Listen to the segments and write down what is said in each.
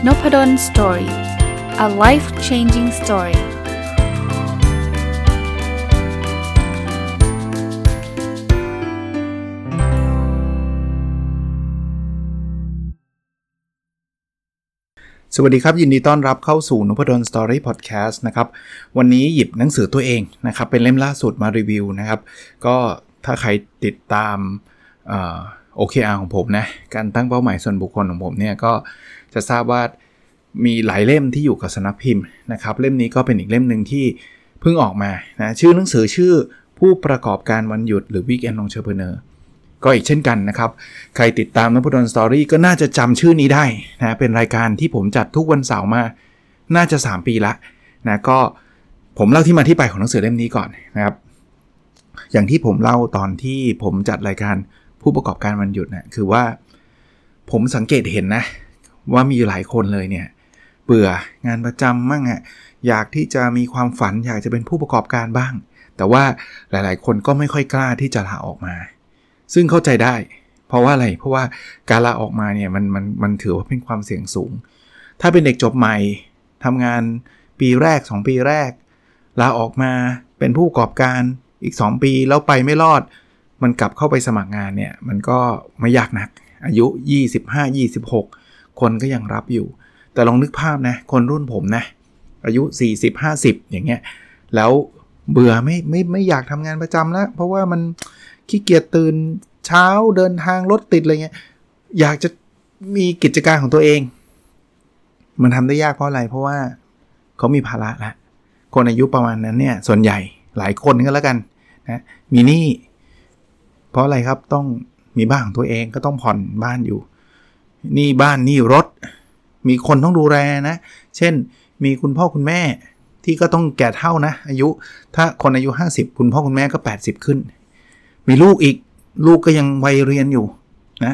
Noppadan Story. A life-changing story. สวัสดีครับยินดีต้อนรับเข้าสู่ Noppadan Story Podcast นะครับวันนี้หยิบหนังสือตัวเองนะครับเป็นเล่มล่าสุดมารีวิวนะครับก็ถ้าใครติดตามOKR ของผมนะการตั้งเป้าหมายส่วนบุคคลของผมเนี่ยก็จะทราบว่ามีหลายเล่มที่อยู่กับสำนักพิมพ์นะครับเล่มนี้ก็เป็นอีกเล่มนึงที่เพิ่งออกมานะชื่อหนังสือชื่อผู้ประกอบการวันหยุดหรือ Weekend Entrepreneurก็อีกเช่นกันนะครับใครติดตาม Noppadan Story ก็น่าจะจำชื่อนี้ได้นะเป็นรายการที่ผมจัดทุกวันเสาร์มาน่าจะ3ปีละนะก็ผมเล่าที่มาที่ไปของหนังสือเล่มนี้ก่อนนะครับอย่างที่ผมเล่าตอนที่ผมจัดรายการผู้ประกอบการวันหยุดนะคือว่าผมสังเกตเห็นนะว่ามีหลายคนเลยเนี่ยเบื่องานประจำมั่งอะอยากที่จะมีความฝันอยากจะเป็นผู้ประกอบการบ้างแต่ว่าหลายๆคนก็ไม่ค่อยกล้าที่จะลาออกมาซึ่งเข้าใจได้เพราะว่าอะไรเพราะว่าการลาออกมาเนี่ยมันถือว่าเป็นความเสี่ยงสูงถ้าเป็นเด็กจบใหม่ทำงานปีแรก2ปีแรกลาออกมาเป็นผู้ประกอบการอีก2ปีแล้วไปไม่รอดมันกลับเข้าไปสมัครงานเนี่ยมันก็ไม่ยากนักอายุ25-26คนก็ยังรับอยู่แต่ลองนึกภาพนะคนรุ่นผมนะอายุ40-50อย่างเงี้ยแล้วเบื่อไม่อยากทำงานประจำแล้วเพราะว่ามันขี้เกียจตื่นเช้าเดินทางรถติดอะไรเงี้ยอยากจะมีกิจการของตัวเองมันทำได้ยากเพราะอะไรเพราะว่าเขามีภาระแล้วคนอายุประมาณนั้นเนี่ยส่วนใหญ่หลายคนก็แล้วกันนะมีหนี้เพราะอะไรครับต้องมีบ้านของตัวเองก็ต้องผ่อนบ้านอยู่หนี้บ้านหนี้รถมีคนต้องดูแลนะเช่นมีคุณพ่อคุณแม่ที่ก็ต้องแก่เฒ่านะอายุถ้าคนอายุ50คุณพ่อคุณแม่ก็80ขึ้นมีลูกอีกลูกก็ยังวัยเรียนอยู่นะ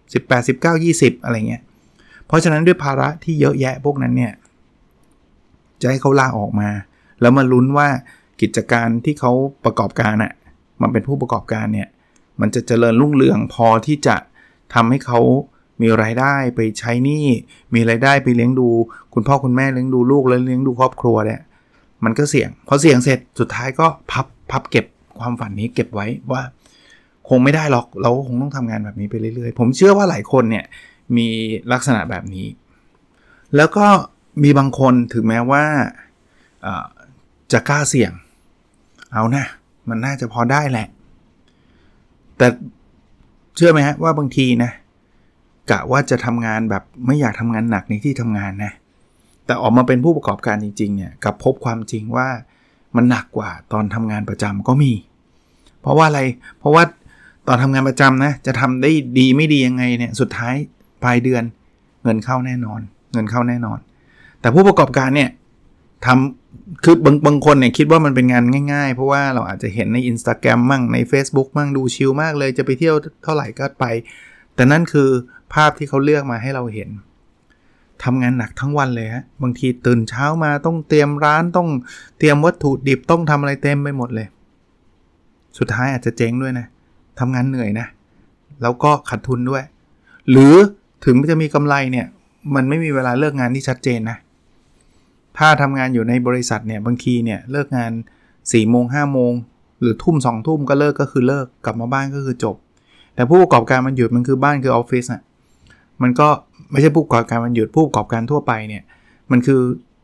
18 19 20อะไรเงี้ยเพราะฉะนั้นด้วยภาระที่เยอะแยะพวกนั้นเนี่ยจะให้เขาลาออกมาแล้วมาลุ้นว่ากิจการที่เขาประกอบการอ่ะมันเป็นผู้ประกอบการเนี่ยมันจะเจริญรุ่งเรืองพอที่จะทำให้เขามีรายได้ไปใช้หนี้มีรายได้ไปเลี้ยงดูคุณพ่อคุณแม่เลี้ยงดูลูกแล้วเลี้ยงดูครอบครัวเนี่ยมันก็เสี่ยงพอเสี่ยงเสร็จสุดท้ายก็พับเก็บความฝันนี้เก็บไว้ว่าคงไม่ได้หรอกเราคงต้องทำงานแบบนี้ไปเรื่อยๆผมเชื่อว่าหลายคนเนี่ยมีลักษณะแบบนี้แล้วก็มีบางคนถึงแม้ว่าจะกล้าเสี่ยงเอานะมันน่าจะพอได้แหละแต่เชื่อไหมฮะว่าบางทีนะกะว่าจะทำงานแบบไม่อยากทำงานหนักในที่ทำงานนะแต่ออกมาเป็นผู้ประกอบการจริงๆเนี่ยกับพบความจริงว่ามันหนักกว่าตอนทำงานประจำก็มีเพราะว่าอะไรเพราะว่าตอนทำงานประจำนะจะทำได้ดีไม่ดียังไงเนี่ยสุดท้ายปลายเดือนเงินเข้าแน่นอนแต่ผู้ประกอบการเนี่ยทำคือบางคนเนี่ยคิดว่ามันเป็นงานง่ายๆเพราะว่าเราอาจจะเห็นใน Instagram มั่งใน Facebook มั่งดูชิลมากเลยจะไปเที่ยวเท่าไหร่ก็ไปแต่นั่นคือภาพที่เขาเลือกมาให้เราเห็นทำงานหนักทั้งวันเลยฮะบางทีตื่นเช้ามาต้องเตรียมร้านต้องเตรียมวัตถุดิบต้องทำอะไรเต็มไปหมดเลยสุดท้ายอาจจะเจ๊งด้วยนะทำงานเหนื่อยนะแล้วก็ขาดทุนด้วยหรือถึงจะมีกำไรเนี่ยมันไม่มีเวลาเลิกงานที่ชัดเจนนะถ้าทำงานอยู่ในบริษัทเนี่ยบางทีเนี่ยเลิกงาน 4 โมง 5 โมงหรือทุ่ม 2 ทุ่มก็เลิกก็คือเลิกกลับมาบ้านก็คือจบแต่ผู้ประกอบการมันหยุดมันคือบ้านคือออฟฟิศน่ะมันก็ไม่ใช่ผู้ประกอบการมันหยุดผู้ประกอบการทั่วไปเนี่ยมันคือ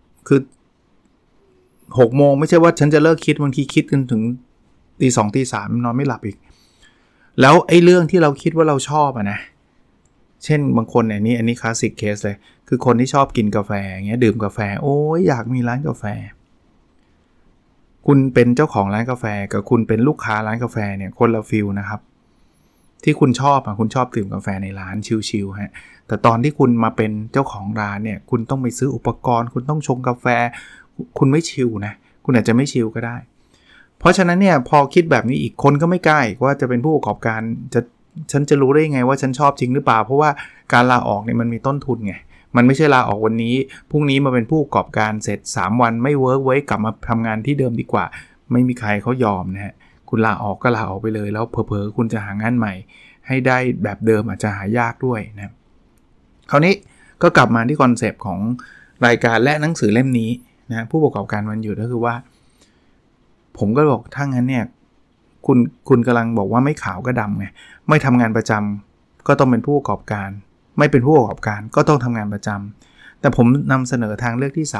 6 โมงไม่ใช่ว่าฉันจะเลิกคิดบางทีคิดกันถึงตี 2 ตี 3นอนไม่หลับอีกแล้วไอ้เรื่องที่เราคิดว่าเราชอบอะนะเช่นบางคนเนี่ยอันนี้คลาสสิกเคสเลยคือคนที่ชอบกินกาแฟอย่างเงี้ยดื่มกาแฟโอ้ยอยากมีร้านกาแฟคุณเป็นเจ้าของร้านกาแฟกับคุณเป็นลูกค้าร้านกาแฟเนี่ยคนละฟีลนะครับที่คุณชอบคุณชอบดื่มกาแฟในร้านชิลๆฮะแต่ตอนที่คุณมาเป็นเจ้าของร้านเนี่ยคุณต้องไปซื้ออุปกรณ์คุณต้องชงกาแฟคุณไม่ชิลนะคุณอาจจะไม่ชิลก็ได้เพราะฉะนั้นเนี่ยพอคิดแบบนี้อีกคนก็ไม่กล้าว่าจะเป็นผู้ประกอบการฉันจะรู้ได้ยังไงว่าฉันชอบจริงหรือเปล่าเพราะว่าการลาออกเนี่ยมันมีต้นทุนไงมันไม่ใช่ลาออกวันนี้พรุ่งนี้มาเป็นผู้ประกอบการเสร็จ3วันไม่เวิร์กไว้กลับมาทำงานที่เดิมดีกว่าไม่มีใครเขายอมนะฮะคุณลาออกก็ลาออกไปเลยแล้วเผลอๆคุณจะหางานใหม่ให้ได้แบบเดิมอาจจะหายากด้วยนะคราวนี้ก็กลับมาที่คอนเซปต์ของรายการและหนังสือเล่มนี้นะผู้ประกอบการวันหยุดก็คือว่าผมก็บอกถ้างั้นเนี่ยคุณกำลังบอกว่าไม่ขาวก็ดำไงไม่ทำงานประจำก็ต้องเป็นผู้ประกอบการไม่เป็นผู้ประกอบการก็ต้องทำงานประจำแต่ผมนำเสนอทางเลือกที่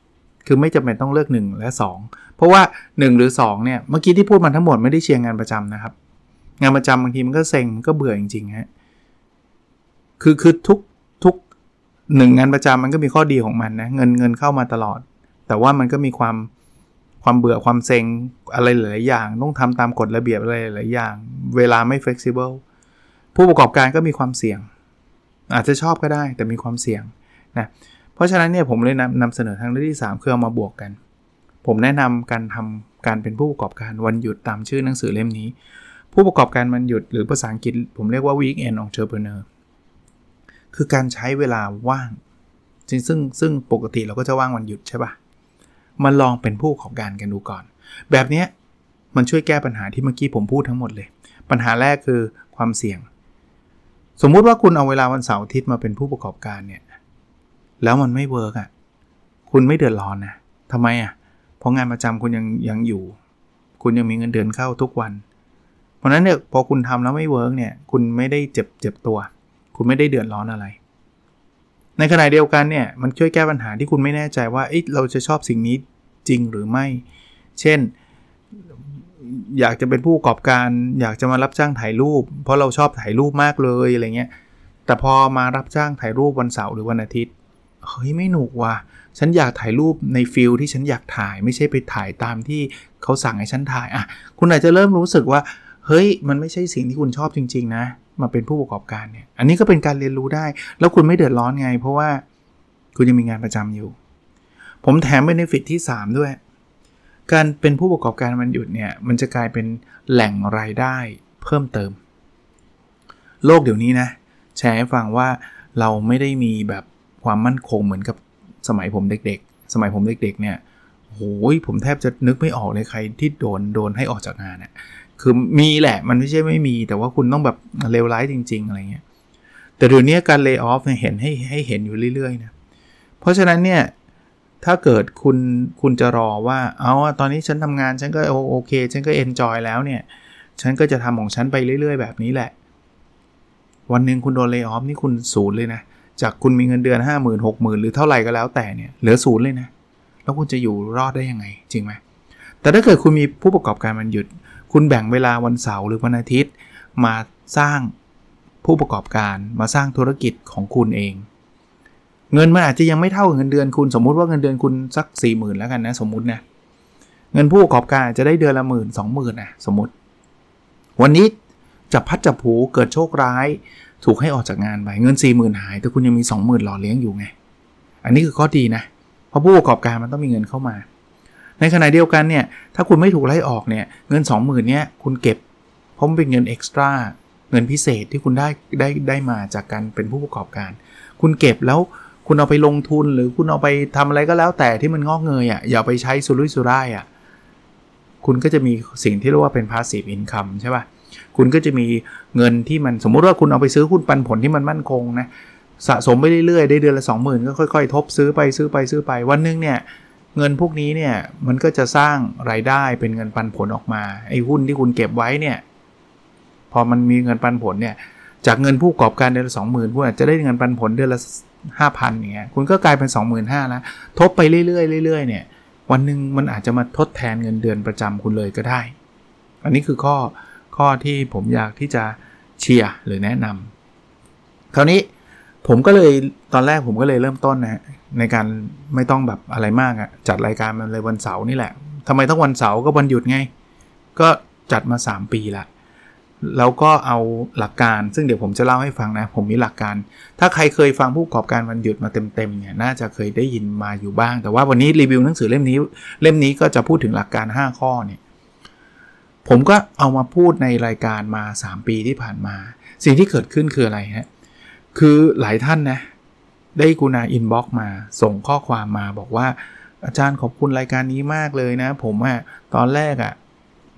3คือไม่จำเป็นต้องเลือก1และ2เพราะว่า1หรือ2เนี่ยเมื่อกี้ที่พูดมาทั้งหมดไม่ได้เชียร์งานประจำนะครับงานประจำบางทีมันก็เซ็งมันก็เบื่อจริงๆฮะคือทุกงานประจำมันก็มีข้อดีของมันนะเงินเข้ามาตลอดแต่ว่ามันก็มีความเบื่อความเซ็งอะไรหลายๆอย่างต้องทำตามกฎระเบียบอะไรหลายอย่างเวลาไม่ flexible ผู้ประกอบการก็มีความเสี่ยงอาจจะชอบก็ได้แต่มีความเสี่ยงนะเพราะฉะนั้นเนี่ยผมเลยนำเสนอทางเลือกที่3คือเอามาบวกกันผมแนะนำการเป็นผู้ประกอบการวันหยุดตามชื่อหนังสือเล่มนี้ผู้ประกอบการวันหยุดหรือภาษาอังกฤษผมเรียกว่า weekend entrepreneur คือการใช้เวลาว่างจริงซึ่งปกติเราก็จะว่างวันหยุดใช่ป่ะมาลองเป็นผู้ประกอบการกันดูก่อนแบบนี้มันช่วยแก้ปัญหาที่เมื่อกี้ผมพูดทั้งหมดเลยปัญหาแรกคือความเสี่ยงสมมุติว่าคุณเอาเวลาวันเสาร์อาทิตย์มาเป็นผู้ประกอบการเนี่ยแล้วมันไม่เวิร์กอ่ะคุณไม่เดือดร้อนนะทำไมอ่ะเพราะงานประจำคุณยังอยู่คุณยังมีเงินเดือนเข้าทุกวันเพราะนั้นเนี่ยพอคุณทำแล้วไม่เวิร์กเนี่ยคุณไม่ได้เจ็บตัวคุณไม่ได้เดือดร้อนอะไรในขณะเดียวกันเนี่ยมันช่วยแก้ปัญหาที่คุณไม่แน่ใจว่าเราจะชอบสิ่งนี้จริงหรือไม่เช่นอยากจะเป็นผู้ประกอบการอยากจะมารับจ้างถ่ายรูปเพราะเราชอบถ่ายรูปมากเลยอะไรเงี้ยแต่พอมารับจ้างถ่ายรูปวันเสาร์หรือวันอาทิตย์เฮ้ยไม่หนุกว่ะฉันอยากถ่ายรูปในฟิลที่ฉันอยากถ่ายไม่ใช่ไปถ่ายตามที่เขาสั่งให้ฉันถ่ายอ่ะคุณอาจจะเริ่มรู้สึกว่าเฮ้ยมันไม่ใช่สิ่งที่คุณชอบจริงๆนะมาเป็นผู้ประกอบการเนี่ยอันนี้ก็เป็นการเรียนรู้ได้แล้วคุณไม่เดือดร้อนไงเพราะว่าคุณยังมีงานประจำอยู่ผมแถม benefit ที่3ด้วยการเป็นผู้ประกอบการวันหยุดเนี่ยมันจะกลายเป็นแหล่งรายได้เพิ่มเติมโลกเดี๋ยวนี้นะแชร์ให้ฟังว่าเราไม่ได้มีแบบความมั่นคงเหมือนกับสมัยผมเด็กๆเนี่ยโหยผมแทบจะนึกไม่ออกเลยใครที่โดนให้ออกจากงานน่ะคือมีแหละมันไม่ใช่ไม่มีแต่ว่าคุณต้องแบบเลวร้ายจริงๆอะไรเงี้ยแต่เดี๋ยวนี้การ lay off เนี่ยเห็นให้เห็นอยู่เรื่อยๆนะเพราะฉะนั้นเนี่ยถ้าเกิดคุณจะรอว่าตอนนี้ฉันทำงานฉันก็โอเคฉันก็ enjoy แล้วเนี่ยฉันก็จะทำของฉันไปเรื่อยๆแบบนี้แหละวันนึงคุณโดน lay off นี่คุณศูนย์เลยนะจากคุณมีเงินเดือน 50,000 60,000 หรือเท่าไหร่ก็แล้วแต่เนี่ยเหลือศูนย์เลยนะแล้วคุณจะอยู่รอดได้ยังไงจริงไหมแต่ถ้าเกิดคุณมีผู้ประกอบการวันหยุดคุณแบ่งเวลาวันเสาร์หรือวันอาทิตย์มาสร้างผู้ประกอบการมาสร้างธุรกิจของคุณเองเงินมันอาจจะยังไม่เท่าเงินเดือนคุณสมมุติว่าเงินเดือนคุณสัก 40,000 แล้วกันนะสมมุตินะเงินผู้ประกอบการจะได้เดือนละ 10,000-20,000 นะสมมุติวันนี้จับพัดจับผูเกิดโชคร้ายถูกให้ออกจากงานไปเงิน 40,000 หายแต่คุณยังมี 20,000 หล่อเลี้ยงอยู่ไงอันนี้คือข้อดีนะเพราะผู้ประกอบการมันต้องมีเงินเข้ามาในขณะเดียวกันเนี่ยถ้าคุณไม่ถูกไล่ออกเนี่ยเงิน 20,000 เนี่ยคุณเก็บเพราะมันเป็นเงินเอ็กซ์ตร้าเงินพิเศษที่คุณได้มาจากการเป็นผู้ประกอบการคุณเก็บแล้วคุณเอาไปลงทุนหรือคุณเอาไปทำอะไรก็แล้วแต่ที่มันงอกเงยอย่าไปใช้สุรุ่ยสุร่ายคุณก็จะมีสิ่งที่เรียกว่าเป็น passive income ใช่ป่ะคุณก็จะมีเงินที่มันสมมุติว่าคุณเอาไปซื้อหุ้นปันผลที่มันมั่นคงนะสะสมไปเรื่อยๆได้เดือนละ 20,000 ก็ค่อยๆทบซื้อไปวันนึงเนี่ยเงินพวกนี้เนี่ยมันก็จะสร้างรายได้เป็นเงินปันผลออกมาไอ้หุ้นที่คุณเก็บไว้เนี่ยพอมันมีเงินปันผลเนี่ยจากเงินผู้ประกอบการเดือนละ 20,000 คุณอาจจะได้เงินปันผลเดือนละ 5,000 อย่างเงี้ยคุณก็กลายเป็น 25,000 แล้วทบไปเรื่อยๆเนี่ยวันนึงมันอาจจะมาทดแทนเงินเดือนประจำคุณเลยก็ได้อันนี้คือข้อที่ผมอยากที่จะเชียร์หรือแนะนำคราวนี้ผมก็เลยตอนแรกผมก็เลยเริ่มต้นนะในการไม่ต้องแบบอะไรมากจัดรายการมันเลยวันเสาร์นี่แหละทำไมต้องวันเสาร์ก็วันหยุดไงก็จัดมา3 ปีละแล้วก็เอาหลักการซึ่งเดี๋ยวผมจะเล่าให้ฟังนะผมมีหลักการถ้าใครเคยฟังผู้ประกอบการวันหยุดมาเต็มๆเนี่ยน่าจะเคยได้ยินมาอยู่บ้างแต่ว่าวันนี้รีวิวหนังสือเล่มนี้ก็จะพูดถึงหลักการ5ข้อเนี่ยผมก็เอามาพูดในรายการมา3 ปีที่ผ่านมาสิ่งที่เกิดขึ้นคืออะไรฮะคือหลายท่านนะได้กรุณาอินบ็อกซ์มาส่งข้อความมาบอกว่าอาจารย์ขอบคุณรายการนี้มากเลยนะผมตอนแรก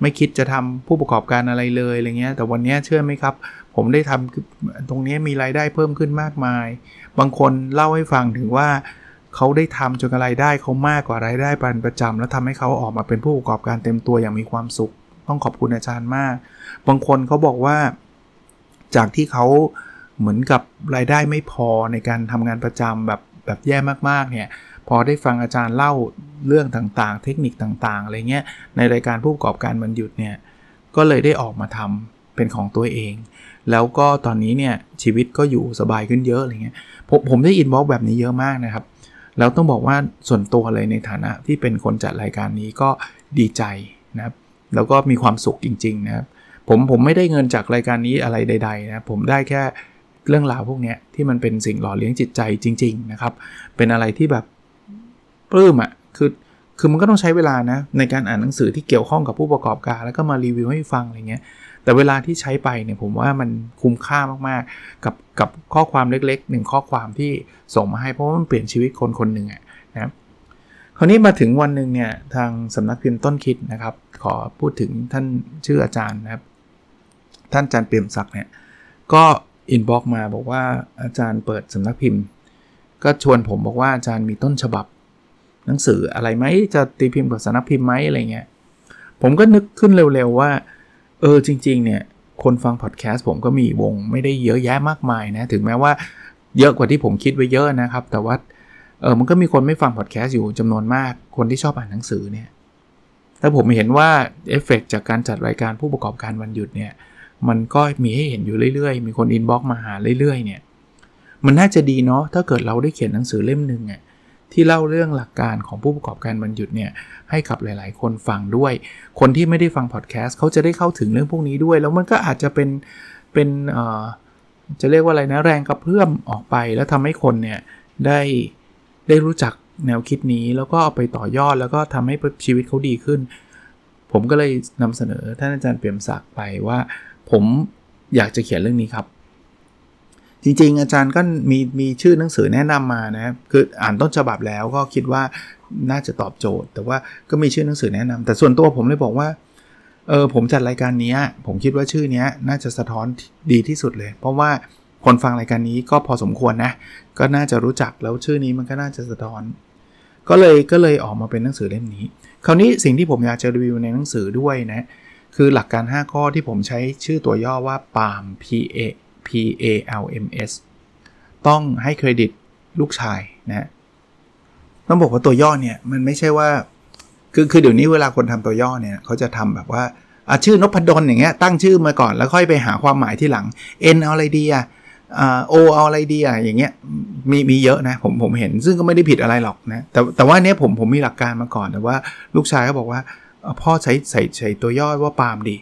ไม่คิดจะทำผู้ประกอบการอะไรเลยอะไรเงี้ยแต่วันนี้เชื่อไหมครับผมได้ทำตรงนี้มีรายได้เพิ่มขึ้นมากมายบางคนเล่าให้ฟังถึงว่าเขาได้ทำจนรายได้เขามากกว่ารายได้ประจำแล้วทำให้เขาออกมาเป็นผู้ประกอบการเต็มตัวอย่างมีความสุขต้องขอบคุณอาจารย์มากบางคนเขาบอกว่าจากที่เขาเหมือนกับรายได้ไม่พอในการทำงานประจำแบบแย่มากๆเนี่ยพอได้ฟังอาจารย์เล่าเรื่องต่างๆเทคนิคต่างๆอะไรเงี้ยในรายการผู้ประกอบการวันหยุดเนี่ยก็เลยได้ออกมาทำเป็นของตัวเองแล้วก็ตอนนี้เนี่ยชีวิตก็อยู่สบายขึ้นเยอะอะไรเงี้ยผมได้อินบ็อกซ์แบบนี้เยอะมากนะครับแล้วต้องบอกว่าส่วนตัวเลยในฐานะที่เป็นคนจัดรายการนี้ก็ดีใจนะครับแล้วก็มีความสุขจริงๆนะครับผมไม่ได้เงินจากรายการนี้อะไรใดๆนะผมได้แค่เรื่องราวพวกนี้ที่มันเป็นสิ่งหล่อเลี้ยงจิตใจจริงๆนะครับเป็นอะไรที่แบบปลื้มอ่ะคือมันก็ต้องใช้เวลานะในการอ่านหนังสือที่เกี่ยวข้องกับผู้ประกอบการแล้วก็มารีวิวให้ฟังอะไรเงี้ยแต่เวลาที่ใช้ไปเนี่ยผมว่ามันคุ้มค่ามากๆกับข้อความเล็กๆ1ข้อความที่ส่งมาให้เพราะว่ามันเปลี่ยนชีวิตคนๆนึงอ่ะนะครับคราวนี้มาถึงวันนึงเนี่ยทางสำนักพิมพ์ต้นคิดนะครับขอพูดถึงท่านชื่ออาจารย์นะครับท่านอาจารย์เปี่ยมศักดิ์เนี่ยก็อินบ็อกซ์มาบอกว่าอาจารย์เปิดสำนักพิมพ์ก็ชวนผมบอกว่าอาจารย์มีต้นฉบับหนังสืออะไรไหมจะตีพิมพ์กับสำนักพิมพ์ไหมอะไรเงี้ยผมก็นึกขึ้นเร็วๆว่าจริงๆเนี่ยคนฟังพอดแคสต์ผมก็มีวงไม่ได้เยอะแยะมากมายนะถึงแม้ว่าเยอะกว่าที่ผมคิดไว้เยอะนะครับแต่ว่ามันก็มีคนไม่ฟังพอดแคสต์อยู่จำนวนมากคนที่ชอบอ่านหนังสือเนี่ยแต่ผมเห็นว่าเอฟเฟกต์จากการจัดรายการผู้ประกอบการวันหยุดเนี่ยมันก็มีให้เห็นอยู่เรื่อยๆมีคนอินบ็อกซ์มาหาเรื่อยๆเนี่ยมันน่าจะดีเนาะถ้าเกิดเราได้เขียนหนังสือเล่มนึงที่เล่าเรื่องหลักการของผู้ประกอบการวันหยุดเนี่ยให้กับหลายๆคนฟังด้วยคนที่ไม่ได้ฟังพอดแคสต์เขาจะได้เข้าถึงเรื่องพวกนี้ด้วยแล้วมันก็อาจจะเป็นจะเรียกว่าอะไรนะแรงกระเพื่อมออกไปแล้วทำให้คนเนี่ยได้รู้จักแนวคิดนี้แล้วก็เอาไปต่อยอดแล้วก็ทำให้ชีวิตเขาดีขึ้นผมก็เลยนำเสนอท่านอาจารย์เปี่ยมศักดิ์ไปว่าผมอยากจะเขียนเรื่องนี้ครับจริงๆอาจารย์ก็มีชื่อหนังสือแนะนำมานะคืออ่านต้นฉบับแล้วก็คิดว่าน่าจะตอบโจทย์แต่ว่าก็มีชื่อหนังสือแนะนำแต่ส่วนตัวผมเลยบอกว่าผมจัดรายการนี้ผมคิดว่าชื่อนี้น่าจะสะท้อนดีที่สุดเลยเพราะว่าคนฟังรายการนี้ก็พอสมควรนะก็น่าจะรู้จักแล้วชื่อนี้มันก็น่าจะสะท้อนก็เลยออกมาเป็นหนังสือเล่มนี้คราวนี้สิ่งที่ผมอยากจะรีวิวในหนังสือด้วยนะคือหลักการ5ข้อที่ผมใช้ชื่อตัวย่อว่า PALMS ต้องให้เครดิตลูกชายนะต้องบอกว่าตัวย่อเนี่ยมันไม่ใช่ว่าคือเดี๋ยวนี้เวลาคนทำตัวย่อเนี่ยเขาจะทำแบบว่าชื่อนพดลอย่างเงี้ยตั้งชื่อมาก่อนแล้วค่อยไปหาความหมายที่หลัง N เอาอะไรดีO เอาอะไรดีอย่างเงี้ยมีเยอะนะผมเห็นซึ่งก็ไม่ได้ผิดอะไรหรอกนะแต่ว่าเนี้ยผมมีหลักการมาก่อนแต่ว่าลูกชายก็บอกว่าพ่อใช้ตัวย่อว่าปาล์มดี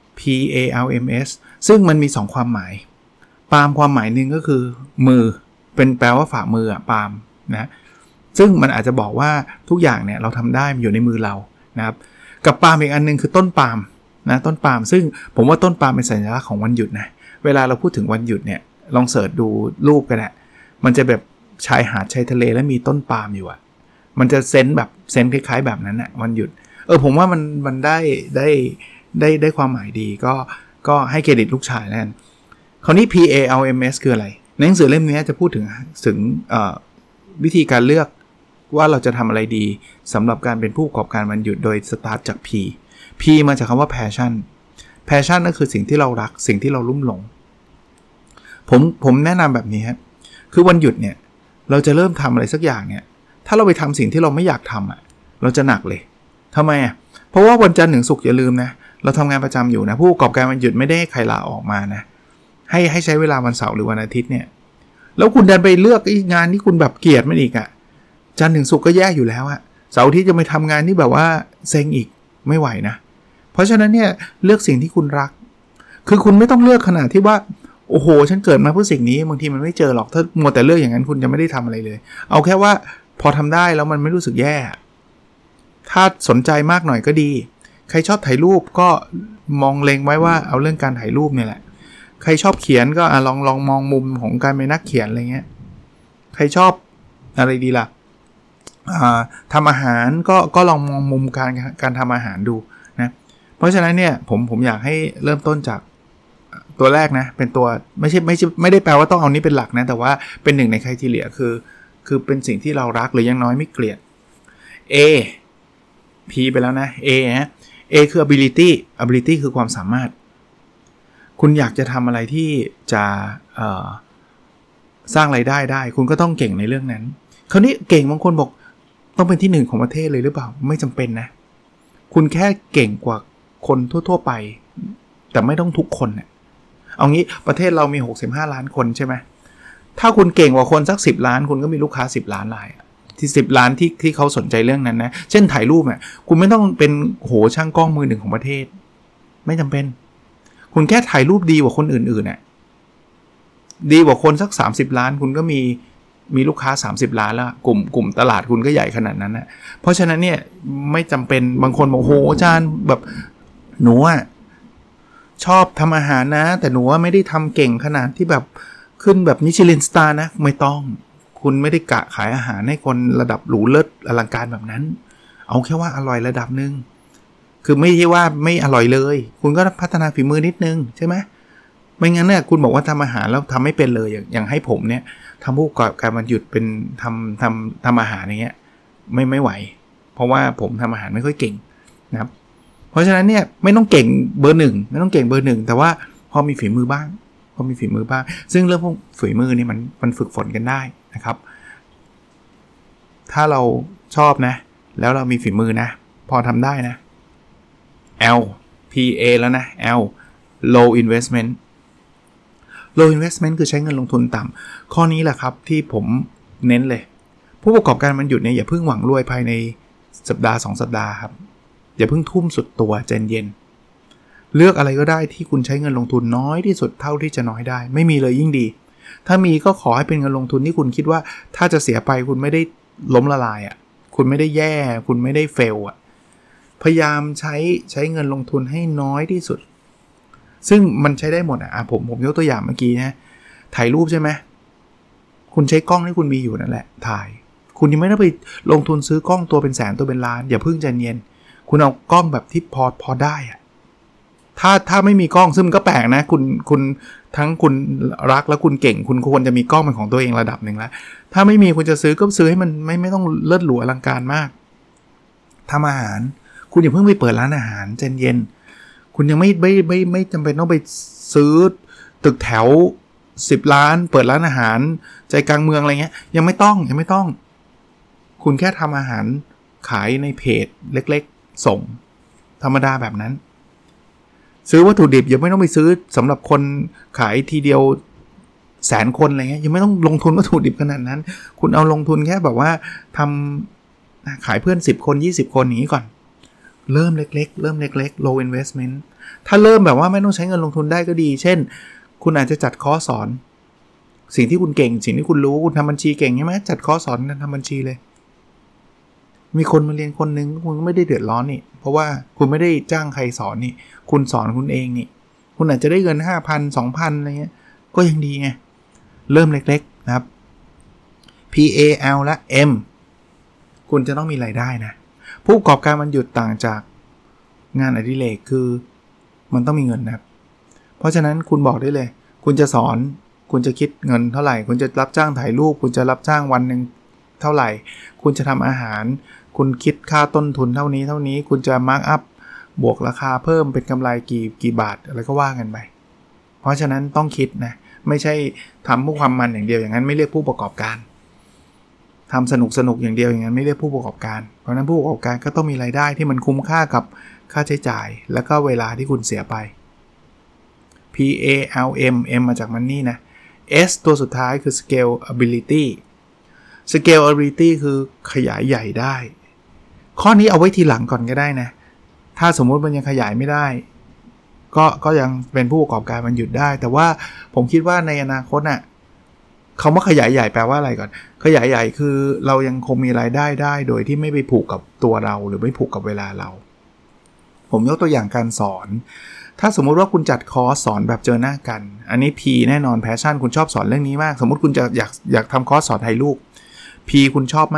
PALMS ซึ่งมันมี2ความหมายปาล์มความหมายนึงก็คือมือเป็นแปลว่าฝ่ามือปาล์มนะซึ่งมันอาจจะบอกว่าทุกอย่างเนี่ยเราทำได้มันอยู่ในมือเรานะครับกับปาล์มอีกอันนึงคือต้นปาล์มนะต้นปาล์มซึ่งผมว่าต้นปาล์มเป็นสัญลักษณ์ของวันหยุดนะเวลาเราพูดถึงวันหยุดเนี่ยลองเสิร์ชดูรูปกันนะมันจะแบบชายหาดชายทะเลแล้วมีต้นปาล์มอยู่มันจะเซนส์แบบเซนส์คล้ายๆแบบนั้นวันหยุดผมว่ามันได้ความหมายดีก็ให้เครดิตลูกชายแล้วกันคราวนี้ PALMS คืออะไรในหนังสือเล่มนี้จะพูดถึงวิธีการเลือกว่าเราจะทำอะไรดีสำหรับการเป็นผู้ประกอบการวันหยุดโดยสตาร์ทจาก P มาจากคำว่า passion ก็คือสิ่งที่เรารักสิ่งที่เราลุ่มหลงผมแนะนำแบบนี้ครับคือวันหยุดเนี่ยเราจะเริ่มทำอะไรสักอย่างเนี่ยถ้าเราไปทำสิ่งที่เราไม่อยากทำเราจะหนักเลยทำไมเพราะว่าวันจันทร์ถึงศุกร์อย่าลืมนะเราทำงานประจำอยู่นะผู้ประกอบการวันหยุดไม่ได้ให้ใครลาออกมานะให้ใช้เวลาวันเสาร์หรือวันอาทิตย์เนี่ยแล้วคุณเดินไปเลือกงานที่คุณแบบเกลียดมันอีกจันทร์ถึงศุกร์ก็แย่อยู่แล้วเสาร์อาทิตย์จะไปทำงานที่แบบว่าเซ็งอีกไม่ไหวนะเพราะฉะนั้นเนี่ยเลือกสิ่งที่คุณรักคือคุณไม่ต้องเลือกขนาดที่ว่าโอ้โหฉันเกิดมาเพื่อสิ่งนี้บางทีมันไม่เจอหรอกถ้ามัวแต่เลือกอย่างนั้นคุณจะไม่ได้ทำอะไรเลยเอาแค่ว่าพอทำได้แล้วมันไม่รู้สึกแย่ถ้าสนใจมากหน่อยก็ดีใครชอบถ่ายรูปก็มองเล็งไว้ว่าเอาเรื่องการถ่ายรูปเนี่ยแหละใครชอบเขียนก็ลองมองมุมของการเป็นนักเขียนอะไรเงี้ยใครชอบอะไรดีล่ะทำอาหารก็ลองมองมุมการทำอาหารดูนะเพราะฉะนั้นเนี่ยผมอยากให้เริ่มต้นจากตัวแรกนะเป็นตัวไม่ได้แปลว่าต้องเอานี้เป็นหลักนะแต่ว่าเป็นหนึ่งในไครทีเรียคือเป็นสิ่งที่เรารักหรือยังน้อยไม่เกลียด A P ไปแล้วนะ A นะ A คือ ability คือความสามารถคุณอยากจะทำอะไรที่จะสร้างรายได้ได้คุณก็ต้องเก่งในเรื่องนั้นคราวนี้เก่งบางคนบอกต้องเป็นที่1ของประเทศเลยหรือเปล่าไม่จำเป็นนะคุณแค่เก่งกว่าคนทั่วๆไปแต่ไม่ต้องทุกคนเนี่ยเอางี้ประเทศเรามี65ล้านคนใช่ไหมถ้าคุณเก่งกว่าคนสัก10ล้านคุณก็มีลูกค้า10ล้านรายที่10ล้านที่เขาสนใจเรื่องนั้นนะเช่นถ่ายรูปเนี่ยคุณไม่ต้องเป็นช่างกล้องมือ1ของประเทศไม่จำเป็นคุณแค่ถ่ายรูปดีกว่าคนอื่นๆน่ะดีกว่าคนสัก30ล้านคุณก็มีลูกค้า30ล้านแล้วกลุ่มตลาดคุณก็ใหญ่ขนาดนั้นนะเพราะฉะนั้นเนี่ยไม่จำเป็นบางคนบอกโหอาจารย์แบบหนูอ่ะชอบทำอาหารนะแต่หนูว่าไม่ได้ทำเก่งขนาดที่แบบขึ้นแบบมิชลินสตาร์นะไม่ต้องคุณไม่ได้กะขายอาหารให้คนระดับหรูเลิศอลังการแบบนั้นเอาแค่ว่าอร่อยระดับนึงคือไม่ใช่ว่าไม่อร่อยเลยคุณก็พัฒนาฝีมือนิดนึงใช่ไหมไม่งั้นเนี่ยคุณบอกว่าทำอาหารแล้วทำไม่เป็นเลยอย่างให้ผมเนี่ยทำผู้ประกอบการมันหยุดเป็นทำอาหารอย่างเงี้ยไม่ไหวเพราะว่าผมทำอาหารไม่ค่อยเก่งนะครับเพราะฉะนั้นเนี่ยไม่ต้องเก่งเบอร์1ไม่ต้องเก่งเบอร์1แต่ว่าพอมีฝีมือบ้างซึ่งเรื่องพวกฝีมือนี่มันฝึกฝนกันได้นะครับถ้าเราชอบนะแล้วเรามีฝีมือนะพอทำได้นะ L P A แล้วนะ L low investment คือใช้เงินลงทุนต่ำข้อนี้แหละครับที่ผมเน้นเลยผู้ประกอบการมันหยุดเนี่ยอย่าเพิ่งหวังรวยภายในสัปดาห์2สัปดาห์ครับอย่าเพิ่งทุ่มสุดตัวใจเย็นเลือกอะไรก็ได้ที่คุณใช้เงินลงทุนน้อยที่สุดเท่าที่จะน้อยได้ไม่มีเลยยิ่งดีถ้ามีก็ขอให้เป็นเงินลงทุนที่คุณคิดว่าถ้าจะเสียไปคุณไม่ได้ล้มละลายอ่ะคุณไม่ได้แย่คุณไม่ได้เฟลอ่ะพยายามใช้เงินลงทุนให้น้อยที่สุดซึ่งมันใช้ได้หมดอ่ะผมยกตัวอย่างเมื่อกี้นะถ่ายรูปใช่ไหมคุณใช้กล้องที่คุณมีอยู่นั่นแหละถ่ายคุณยังไม่ต้องไปลงทุนซื้อกล้องตัวเป็นแสนตัวเป็นล้านอย่าเพิ่งใจเย็นคุณเอากล้องแบบที่พอได้อ่ะถ้าไม่มีกล้องซึ่งมันก็แปลกนะคุณทั้งคุณรักและคุณเก่งคุณควรจะมีกล้องเป็นของตัวเองระดับหนึ่งแล้วถ้าไม่มีคุณจะซื้อก็ซื้อให้มันไม่ต้องเลิศหรูอลังการมากทำอาหารคุณอย่าเพิ่งไปเปิดร้านอาหารใจเย็นคุณยังไม่จำเป็นต้องไปซื้อตึกแถว10ล้านเปิดร้านอาหารใจกลางเมืองอะไรเงี้ยยังไม่ต้องคุณแค่ทำอาหารขายในเพจเล็กๆส่งธรรมดาแบบนั้นซื้อวัตถุดิบยังไม่ต้องไปซื้อสำหรับคนขายทีเดียวแสนคนอะไรเงี้ยยังไม่ต้องลงทุนวัตถุดิบขนาดนั้นคุณเอาลงทุนแค่แบบว่าทำขายเพื่อน10คน20คนอย่างนี้ก่อนเริ่มเล็กๆ low investment ถ้าเริ่มแบบว่าไม่ต้องใช้เงินลงทุนได้ก็ดีเช่นคุณอาจจะจัดคอร์สสอนสิ่งที่คุณเก่งสิ่งที่คุณรู้คุณทำบัญชีเก่งใช่ไหมจัดคอร์สสอนกันทำบัญชีเลยมีคนมาเรียนคนนึงคุณไม่ได้เดือดร้อนนี่เพราะว่าคุณไม่ได้จ้างใครสอนนี่คุณสอนคุณเองนี่คุณอาจจะได้เงิน 5,000 2,000 อะไรเงี้ยก็ยังดีไงเริ่มเล็กๆนะครับ P A L และ M คุณจะต้องมีรายได้นะผู้ประกอบการมันหยุดต่างจากงานอดิเรกคือมันต้องมีเงินนะครับเพราะฉะนั้นคุณบอกได้เลยคุณจะสอนคุณจะคิดเงินเท่าไหร่คุณจะรับจ้างถ่ายรูปคุณจะรับจ้างวันนึงเท่าไหร่คุณจะทำอาหารคุณคิดค่าต้นทุนเท่านี้คุณจะมาร์กอัพบวกราคาเพิ่มเป็นกำไรกี่บาทอะไรก็ว่ากันไปเพราะฉะนั้นต้องคิดนะไม่ใช่ทำเพื่อความมันอย่างเดียวอย่างนั้นไม่เรียกผู้ประกอบการทำสนุกอย่างเดียวอย่างนั้นไม่เรียกผู้ประกอบการเพราะนั้นผู้ประกอบการก็ต้องมีรายได้ที่มันคุ้มค่ากับค่าใช้จ่ายแล้วก็เวลาที่คุณเสียไป P A L M M มาจาก money นะ S ตัวสุดท้ายคือ scalability scalability คือขยายใหญ่ได้ข้อนี้เอาไว้ทีหลังก่อนก็ได้นะถ้าสมมติมันยังขยายไม่ได้ก็ยังเป็นผู้ประกอบการมันหยุดได้แต่ว่าผมคิดว่าในอนาคตน่ะคำว่าขยายใหญ่แปลว่าอะไรก่อนขยายใหญ่คือเรายังคงมีรายได้ได้โดยที่ไม่ไปผูกกับตัวเราหรือไม่ผูกกับเวลาเราผมยกตัวอย่างการสอนถ้าสมมุติว่าคุณจัดคอร์สสอนแบบเจอหน้ากันอันนี้ P แน่นอนแพชชั่นคุณชอบสอนเรื่องนี้มากสมมุติคุณจะอยากทำคอร์สสอนถ่ายรูป P คุณชอบมาก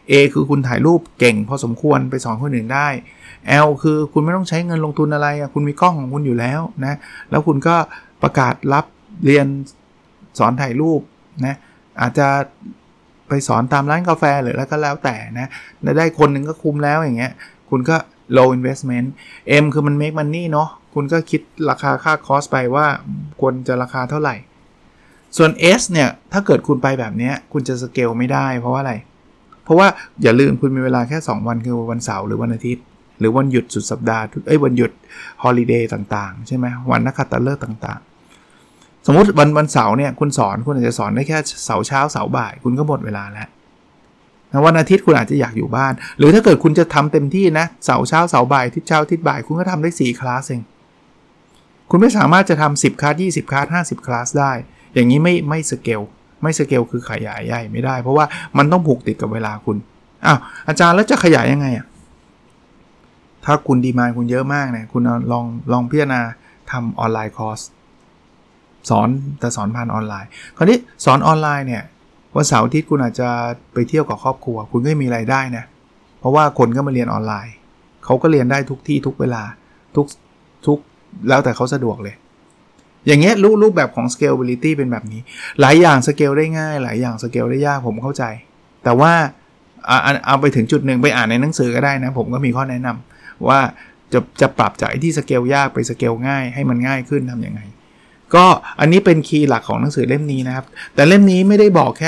A คือคุณถ่ายรูปเก่งพอสมควรไปสอนคนอื่นได้ L คือคุณไม่ต้องใช้เงินลงทุนอะไรคุณมีกล้องของคุณอยู่แล้วนะแล้วคุณก็ประกาศรับเรียนสอนถ่ายรูปนะอาจจะไปสอนตามร้านกาแฟหรือแล้วก็แล้วแต่นะได้คนหนึ่งก็คุ้มแล้วอย่างเงี้ยคุณก็ low investment M คือมัน make money เนาะคุณก็คิดราคาค่าคอสไปว่าควรจะราคาเท่าไหร่ส่วน S เนี่ยถ้าเกิดคุณไปแบบนี้คุณจะสเกลไม่ได้เพราะว่าอะไรเพราะว่าอย่าลืมคุณมีเวลาแค่2วันคือวันเสาร์หรือวันอาทิตย์หรือวันหยุดสุดสัปดาห์วันหยุดฮอลิเดย์ต่างๆใช่ไหมวันนักขัตฤกษ์ต่างๆสมมติวันเสาร์เนี่ยคุณอาจจะสอนได้แค่เสาร์เช้าเสาร์บ่ายคุณก็หมดเวลาแล้ววันอาทิตย์คุณอาจจะอยากอยู่บ้านหรือถ้าเกิดคุณจะทำเต็มที่นะเสาร์เช้าเสาร์บ่ายอาทิตย์เช้าอาทิตย์บ่ายคุณก็ทำได้4คลาสเองคุณไม่สามารถจะทำ10คลาส20คลาส50คลาสได้อย่างนี้ไม่สเกลคือขยายใหญ่ไม่ได้เพราะว่ามันต้องผูกติดกับเวลาคุณอาจารย์แล้วจะขยายยังไงถ้าคุณดีมานด์คุณเยอะมากเนี่ยคุณลองพิจารณาทำออนไลน์คอร์สสอนผ่านออนไลน์คราวนี้สอนออนไลน์เนี่ยวันเสาร์อาทิตย์คุณอาจจะไปเที่ยวกับครอบครัวคุณก็มีรายได้นะเพราะว่าคนก็มาเรียนออนไลน์เขาก็เรียนได้ทุกที่ทุกเวลาทุกแล้วแต่เขาสะดวกเลยอย่างเงี้ยรูปแบบของ scalability เป็นแบบนี้หลายอย่างสเกลได้ง่ายหลายอย่างสเกลได้ยากผมเข้าใจแต่ว่าเอาไปถึงจุดหนึ่งไปอ่านในหนังสือก็ได้นะผมก็มีข้อแนะนำว่าจะปรับจากไอ้ที่สเกลยากไปสเกลง่ายให้มันง่ายขึ้นทำยังไงก็อันนี้เป็นคีย์หลักของหนังสือเล่มนี้นะครับแต่เล่มนี้ไม่ได้บอกแค่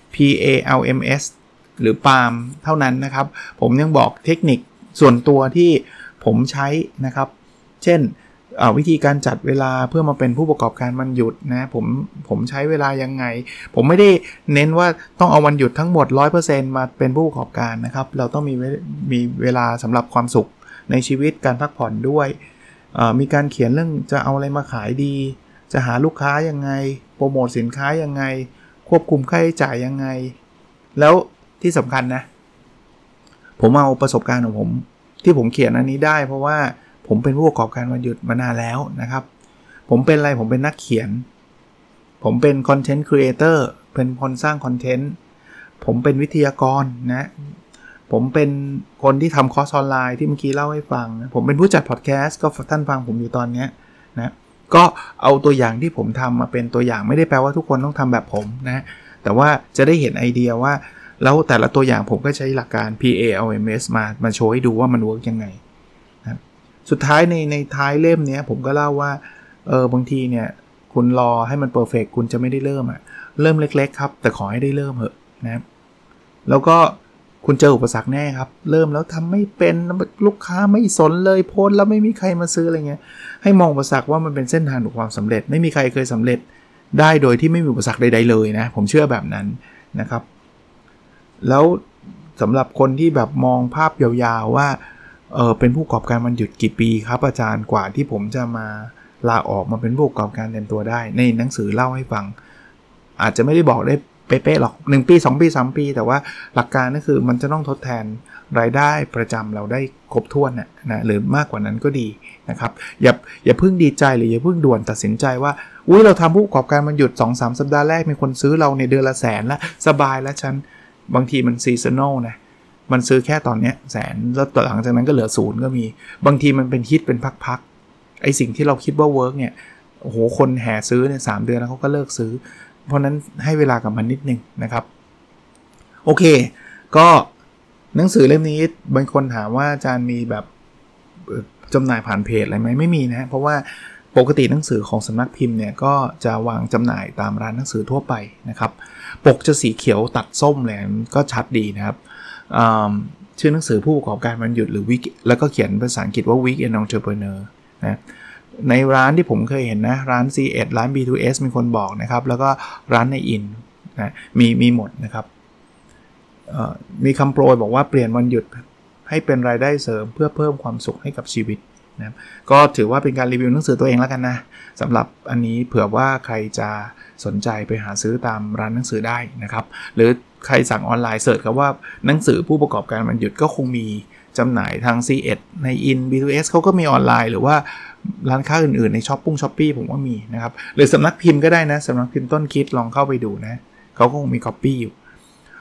PALMS หรือ PALM เท่านั้นนะครับผมยังบอกเทคนิคส่วนตัวที่ผมใช้นะครับเช่นวิธีการจัดเวลาเพื่อมาเป็นผู้ประกอบการวันหยุดนะผมใช้เวลายังไงผมไม่ได้เน้นว่าต้องเอาวันหยุดทั้งหมด 100% มาเป็นผู้ประกอบการนะครับเราต้องมีเวลาสำหรับความสุขในชีวิตการพักผ่อนด้วยมีการเขียนเรื่องจะเอาอะไรมาขายดีจะหาลูกค้ายังไงโปรโมทสินค้ายังไงควบคุมค่าใช้จ่ายยังไงแล้วที่สำคัญนะผมเอาประสบการณ์ของผมที่ผมเขียนอันนี้ได้เพราะว่าผมเป็นผู้ประกอบการวันหยุดมานานแล้วนะครับผมเป็นนักเขียนผมเป็นคอนเทนต์ครีเอเตอร์เป็นคนสร้างคอนเทนต์ผมเป็นวิทยากรนะผมเป็นคนที่ทำคอร์สออนไลน์ที่เมื่อกี้เล่าให้ฟังผมเป็นผู้จัดพอดแคสต์ก็ท่านฟังผมอยู่ตอนนี้นะก็เอาตัวอย่างที่ผมทำมาเป็นตัวอย่างไม่ได้แปลว่าทุกคนต้องทำแบบผมนะแต่ว่าจะได้เห็นไอเดียว่าแล้วแต่ละตัวอย่างผมก็ใช้หลักการ PALMS มาโชว์ให้ดูว่ามันเวิร์กยังไงนะสุดท้ายในท้ายเล่มนี้ผมก็เล่าว่าบางทีเนี่ยคุณรอให้มันเพอร์เฟคคุณจะไม่ได้เริ่มเล็กๆครับแต่ขอให้ได้เริ่มเถอะนะแล้วก็คุณเจออุปสรรคแน่ครับเริ่มแล้วทำไม่เป็นลูกค้าไม่สนเลยโพสแล้วไม่มีใครมาซื้ออะไรเงี้ยให้มองอุปสรรคว่ามันเป็นเส้นทางสู่ความสำเร็จไม่มีใครเคยสำเร็จได้โดยที่ไม่มีอุปสรรคใดๆเลยนะผมเชื่อแบบนั้นนะครับแล้วสำหรับคนที่แบบมองภาพยาวๆว่าเป็นผู้ประกอบการมันหยุดกี่ปีครับอาจารย์กว่าที่ผมจะมาลาออกมาเป็นผู้ประกอบการเต็มตัวได้ในหนังสือเล่าให้ฟังอาจจะไม่ได้บอกได้เป๊ะๆหรอก1ปี2ปี3ปีแต่ว่าหลักการก็คือมันจะต้องทดแทนรายได้ประจำเราได้ครบถ้วนนะหรือมากกว่านั้นก็ดีนะครับอย่าเพิ่งดีใจหรืออย่าเพิ่งด่วนตัดสินใจว่าเราทำผู้ประกอบการมันหยุด 2-3 สัปดาห์แรกมีคนซื้อเราในเดือนละแสนละสบายแล้วฉันบางทีมันซีซันนอลนะมันซื้อแค่ตอนนี้แสนแล้วหลังจากนั้นก็เหลือ0ก็มีบางทีมันเป็นฮิตเป็นพักๆไอสิ่งที่เราคิดว่าเวิร์กเนี่ยโอ้โหคนแห่ซื้อเนี่ย3เดือนแล้วเขาก็เลิกซื้อเพราะนั้นให้เวลากับมันนิดนึงนะครับโอเคก็หนังสือเล่มนี้บางคนถามว่าอาจารย์มีแบบจำหน่ายผ่านเพจอะไรไหมไม่มีนะเพราะว่าปกติหนังสือของสำนักพิมพ์เนี่ยก็จะวางจำหน่ายตามร้านหนังสือทั่วไปนะครับปกจะสีเขียวตัดส้มเลยก็ชัดดีนะครับชื่อหนังสือผู้ประกอบการวันหยุดหรือแล้วก็เขียนภาษาอังกฤษว่า Weekend Entrepreneur นะในร้านที่ผมเคยเห็นนะร้าน C1 ร้าน B2S มีคนบอกนะครับแล้วก็ร้านในอินนะมีหมดนะครับมีคำโปรยบอกว่าเปลี่ยนวันหยุดให้เป็นรายได้เสริมเพื่อเพิ่มความสุขให้กับชีวิตนะก็ถือว่าเป็นการรีวิวหนังสือตัวเองแล้วกันนะสำหรับอันนี้เผื่อว่าใครจะสนใจไปหาซื้อตามร้านหนังสือได้นะครับหรือใครสั่งออนไลน์เสิร์ชคำว่าหนังสือผู้ประกอบการวันหยุดก็คงมีจำหน่ายทาง C1 ในอิน B2S เขาก็มีออนไลน์หรือว่าร้านค้าอื่นๆในช้อปปี้ผมว่ามีนะครับหรือสำนักพิมพ์ก็ได้นะสำนักพิมพ์ต้นคิดลองเข้าไปดูนะเขาก็คงมี copy อยู่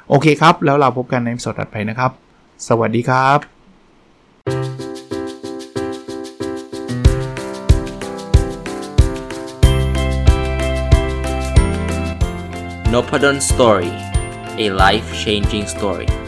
โอเคครับแล้วเราพบกันในสดถัดไปนะครับสวัสดีครับ Nopadon Story, a life-changing story.